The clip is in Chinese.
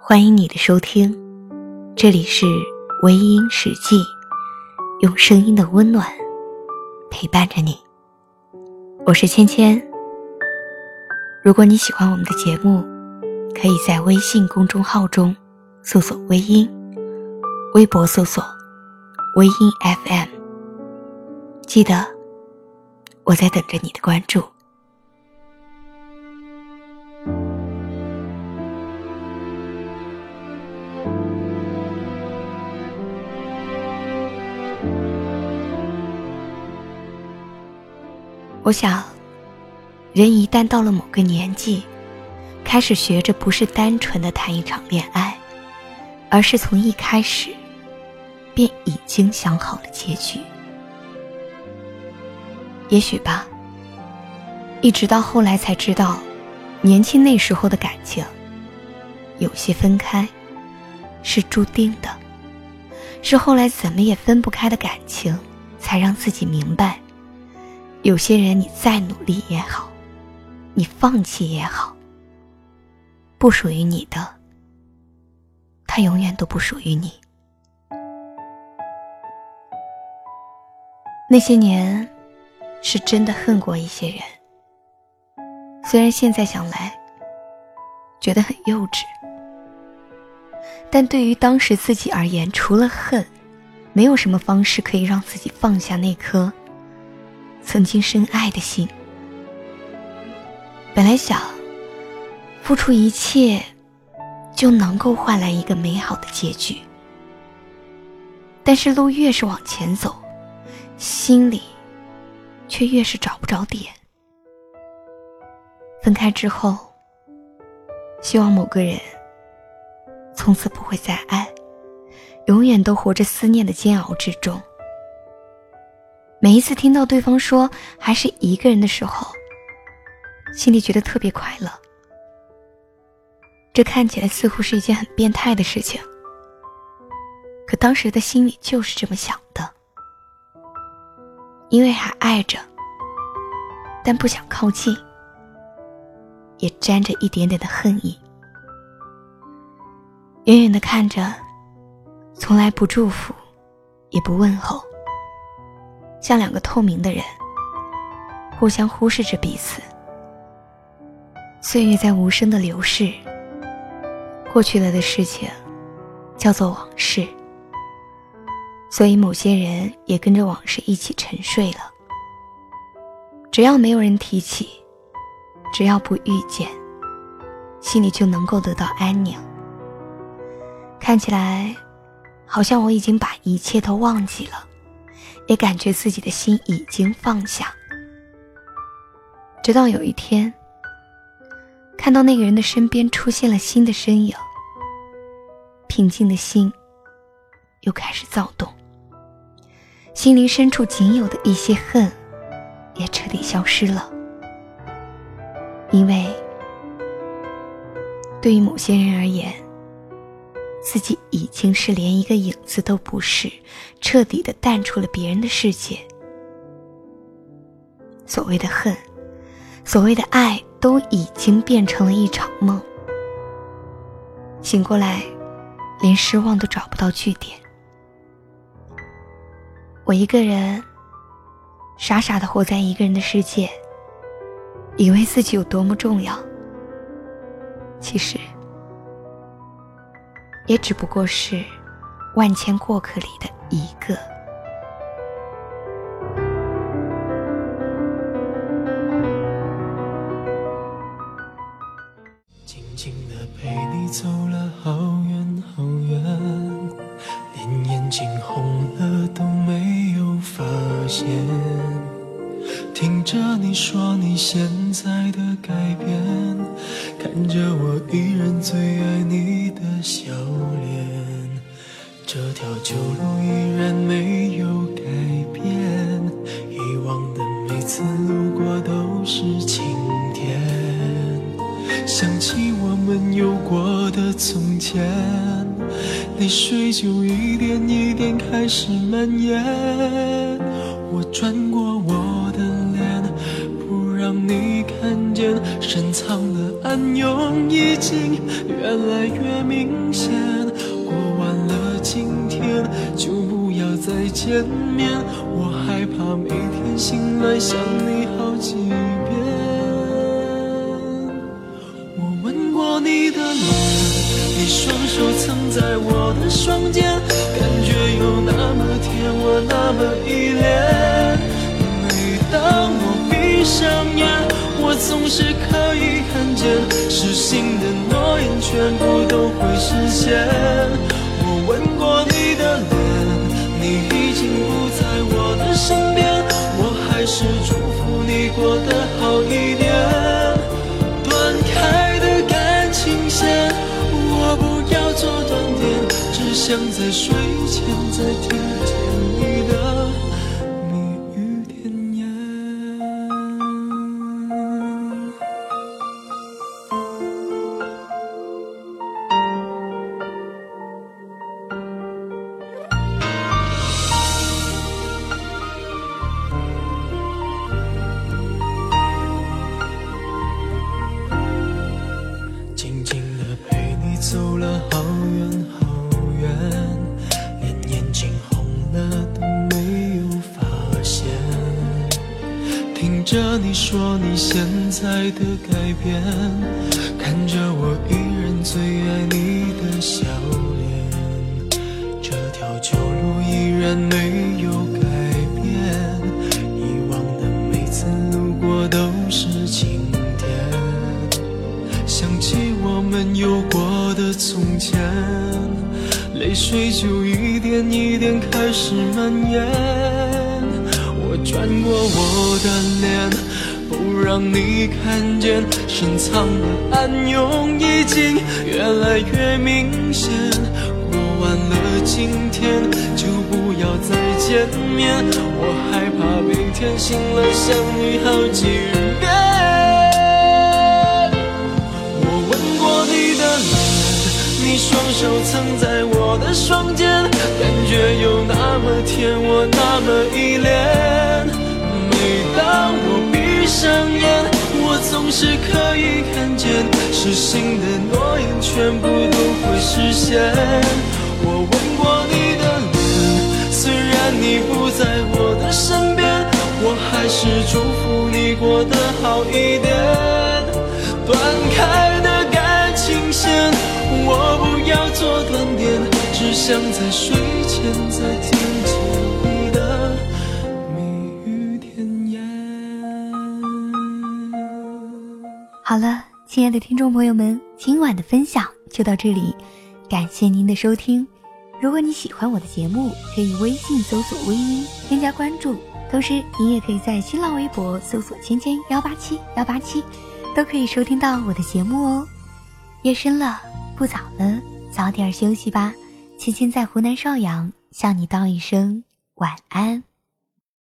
欢迎你的收听，这里是微音史记，用声音的温暖陪伴着你。我是芊芊。如果你喜欢我们的节目，可以在微信公众号中搜索微音，微博搜索微音 FM。 记得我在等着你的关注。我想，人一旦到了某个年纪，开始学着不是单纯的谈一场恋爱，而是从一开始便已经想好了结局。也许吧，一直到后来才知道，年轻那时候的感情，有些分开是注定的，是后来怎么也分不开的感情，才让自己明白，有些人你再努力也好，你放弃也好，不属于你的，他永远都不属于你。那些年是真的恨过一些人，虽然现在想来觉得很幼稚，但对于当时自己而言，除了恨，没有什么方式可以让自己放下那颗曾经深爱的心。本来想付出一切就能够换来一个美好的结局，但是路越是往前走，心里却越是找不着点。分开之后，希望某个人从此不会再爱，永远都活着思念的煎熬之中。每一次听到对方说还是一个人的时候，心里觉得特别快乐。这看起来似乎是一件很变态的事情，可当时的心里就是这么想的。因为还爱着，但不想靠近，也沾着一点点的恨意。远远地看着，从来不祝福，也不问候，像两个透明的人，互相忽视着彼此。岁月在无声的流逝，过去了的事情叫做往事，所以某些人也跟着往事一起沉睡了。只要没有人提起，只要不遇见，心里就能够得到安宁。看起来好像我已经把一切都忘记了，也感觉自己的心已经放下。直到有一天，看到那个人的身边出现了新的身影，平静的心又开始躁动，心灵深处仅有的一些恨也彻底消失了。因为对于某些人而言，自己已经是连一个影子都不是，彻底的淡出了别人的世界。所谓的恨，所谓的爱，都已经变成了一场梦。醒过来，连失望都找不到据点。我一个人傻傻地活在一个人的世界，以为自己有多么重要，其实也只不过是万千过客里的一个。 静静地陪你走了好远好远，连眼睛红了都没有发现，听着你说你现在的改变，看着我依然最爱你的笑脸，这条旧路依然没有改变，以往的每次路过都是晴天，想起我们有过的从前，泪水就一点一点开始蔓延。我转过我的脸，不让你看见，深藏的暗涌已经越来越明显。过完了今天，就不要再见面，我害怕每天醒来想你好几遍。我吻过你的脸，你双手曾在我的双肩，感觉有那么甜，我那么依恋。每当我闭上眼，我总是可以看见，失信的诺言全部都会实现。我吻过你的脸，你已经不在我的身边，我还是祝福你过得好一点。断开的感情线，我不要做断点，只想在睡前再听见你的蜜语甜言。静静地陪你走了好远好远，连眼睛红了都没有发现。听着你说你现在的改变，看着我依然最爱你的笑脸，这条旧路依然没有改变，以往的每次路过都是晴天。想起我们有过的从前，泪水就一点一点开始蔓延。我转过我的脸，不让你看见，深藏的暗涌已经越来越明显。过完了今天，就不要再见面，我害怕每天醒来想你好几遍。你双手曾在我的双肩，感觉有那么甜，我那么依恋。每当我闭上眼，我总是可以看见，失信的诺言全部都会实现。我吻过你的脸，虽然你不在我的身边，我还是祝福你过得好一点。断开的感情线，我不要做断点，只想在睡前再听见你的蜜语甜言。 好了，亲爱的听众朋友们，今晚的分享就到这里，感谢您的收听。如果你喜欢我的节目，可以微信搜索微音添加关注，同时你也可以在新浪微博搜索18187，都可以收听到我的节目哦。夜深了，不早了，早点休息吧。芊芊在湖南邵阳向你道一声晚安。